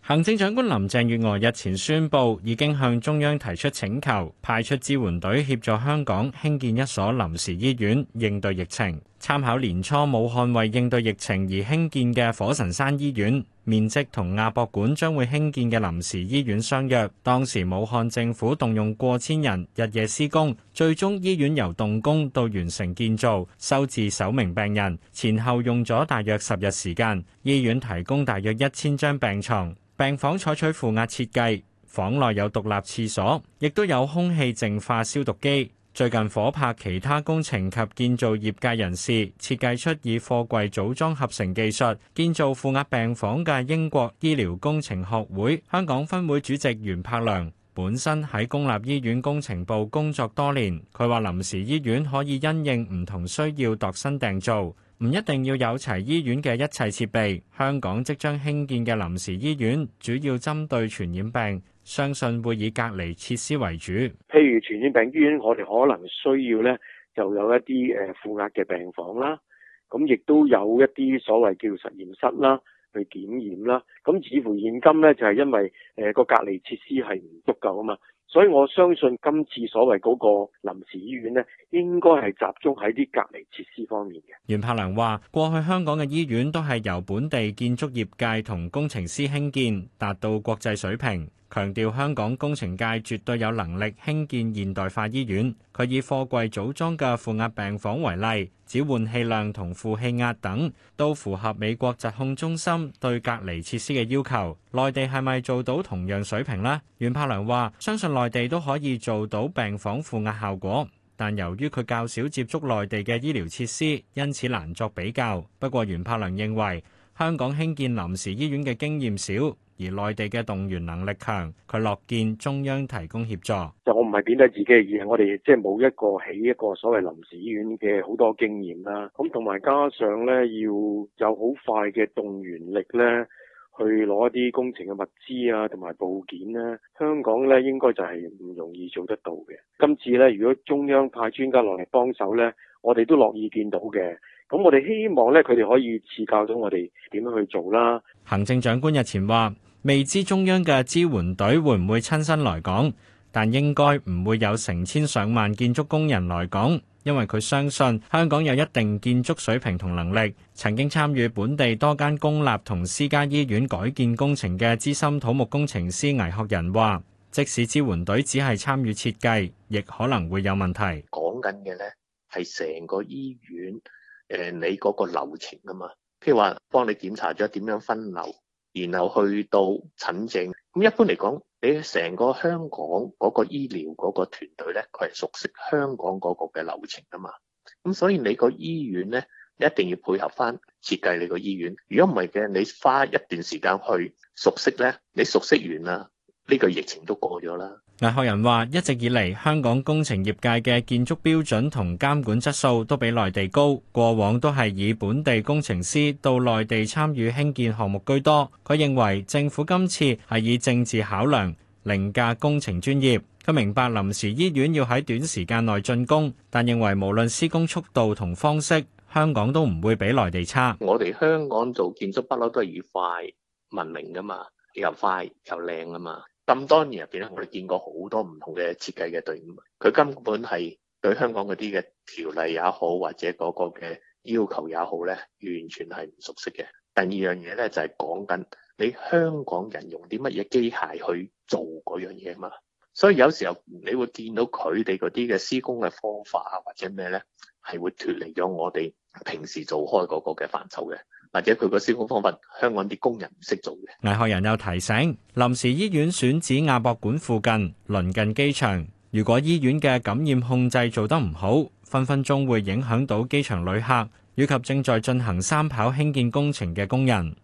行政長官林鄭月娥日前宣布，已經向中央提出請求，派出支援隊協助香港興建一所臨時醫院，應對疫情。參考年初武漢為應對疫情而興建嘅火神山醫院，面積同亞博館將會興建嘅臨時醫院相若。當時武漢政府動用過千人日夜施工，最終醫院由動工到完成建造、收治首名病人，前後用咗大約10日時間。醫院提供大約1000張病床。病房採取負壓設計，房內有獨立廁所，亦都有空氣淨化消毒機。最近夥拍其他工程及建造業界人士設計出以貨櫃組裝合成技術建造負壓病房嘅英國醫療工程學會香港分會主席袁柏良，本身喺公立醫院工程部工作多年，佢話臨時醫院可以因應唔同需要度身訂造，唔一定要有齊醫院嘅一切設備。香港即將興建嘅臨時醫院主要針對傳染病，相信會以隔離設施為主。 譬如傳染病醫院，我哋可能需要咧就有一啲負壓嘅病房啦，咁亦都有一啲所謂叫實驗室啦，去檢驗啦。咁似乎現今咧就係因為個隔離設施係唔足夠啊嘛。所以我相信今次所謂嗰個臨時醫院呢，應該係集中喺啲隔離設施方面嘅。 袁柏良話：過去香港嘅醫院都係由本地建築業界同工程師興建，達到國際水平。強調香港工程界絕對有能力興建現代化醫院。佢以貨櫃組裝嘅負壓病房為例，指換氣量同負氣壓等都符合美國疾控中心對隔離設施嘅要求。內地係咪做到同樣水平呢？袁柏良話：相信內地都可以做到病房負壓效果，但由於佢較少接觸內地嘅醫療設施，因此難作比較。不過袁柏良認為香港興建臨時醫院嘅經驗少，而內地嘅動員能力強，佢樂見中央提供協助。 就我唔係貶低自己，而係我哋即係冇一個起一個所謂臨時醫院嘅好多經驗啦。咁同埋加上咧，要有好快嘅動員力咧，去攞一啲工程嘅物資啊，同埋部件咧，香港咧應該就係唔容易做得到嘅。今次咧，如果中央派專家落嚟幫手咧，我哋都樂意見到嘅。咁我哋希望咧，佢哋可以賜教到我哋點樣去做啦。 行政長官日前話，未知中央嘅支援隊會唔會親身來港，但應該唔會有成千上萬建築工人來港，因為佢相信香港有一定建築水平同能力。曾經參與本地多間公立同私家醫院改建工程嘅資深土木工程師倪學仁話，即使支援隊只係參與設計，亦可能會有問題。 講緊嘅咧係成個醫院你嗰個流程啊嘛，譬如話幫你檢查咗點樣分流，然後去到診症。咁一般嚟講，你成個香港嗰個醫療嗰個團隊咧，佢係熟悉香港嗰個嘅流程啊嘛。咁所以你個醫院咧，一定要配合翻設計你個醫院。如果唔係嘅，你花一段時間去熟悉咧，你熟悉完啦，呢個疫情都過咗啦。 倪學仁話：一直以嚟，香港工程業界嘅建築標準同監管質素都比內地高，過往都係以本地工程師到內地參與興建項目居多。佢認為政府今次係以政治考量，凌駕工程專業。佢明白臨時醫院要喺短時間內進攻，但認為無論施工速度同方式，香港都唔會比內地差。 我哋香港做建築不嬲都係以快聞名噶嘛，又快又靚啊嘛。咁多年入邊咧，我哋見過好多唔同嘅設計嘅隊伍，佢根本係對香港嗰啲嘅條例也好，或者嗰個嘅要求也好咧，完全係唔熟悉嘅。第二樣嘢咧就係講緊你香港人用啲乜嘢機械去做嗰樣嘢嘛，所以有時候你會見到佢哋嗰啲嘅施工嘅方法啊，或者咩咧，係會脫離咗我哋平時做開嗰個嘅範疇嘅。或者佢個施工方法，香港啲工人唔識做嘅。 倪學仁又提醒，臨時醫院選址亞博館附近，鄰近機場。如果醫院嘅感染控制做得唔好，分分鐘會影響到機場旅客以及正在進行三跑興建工程嘅工人。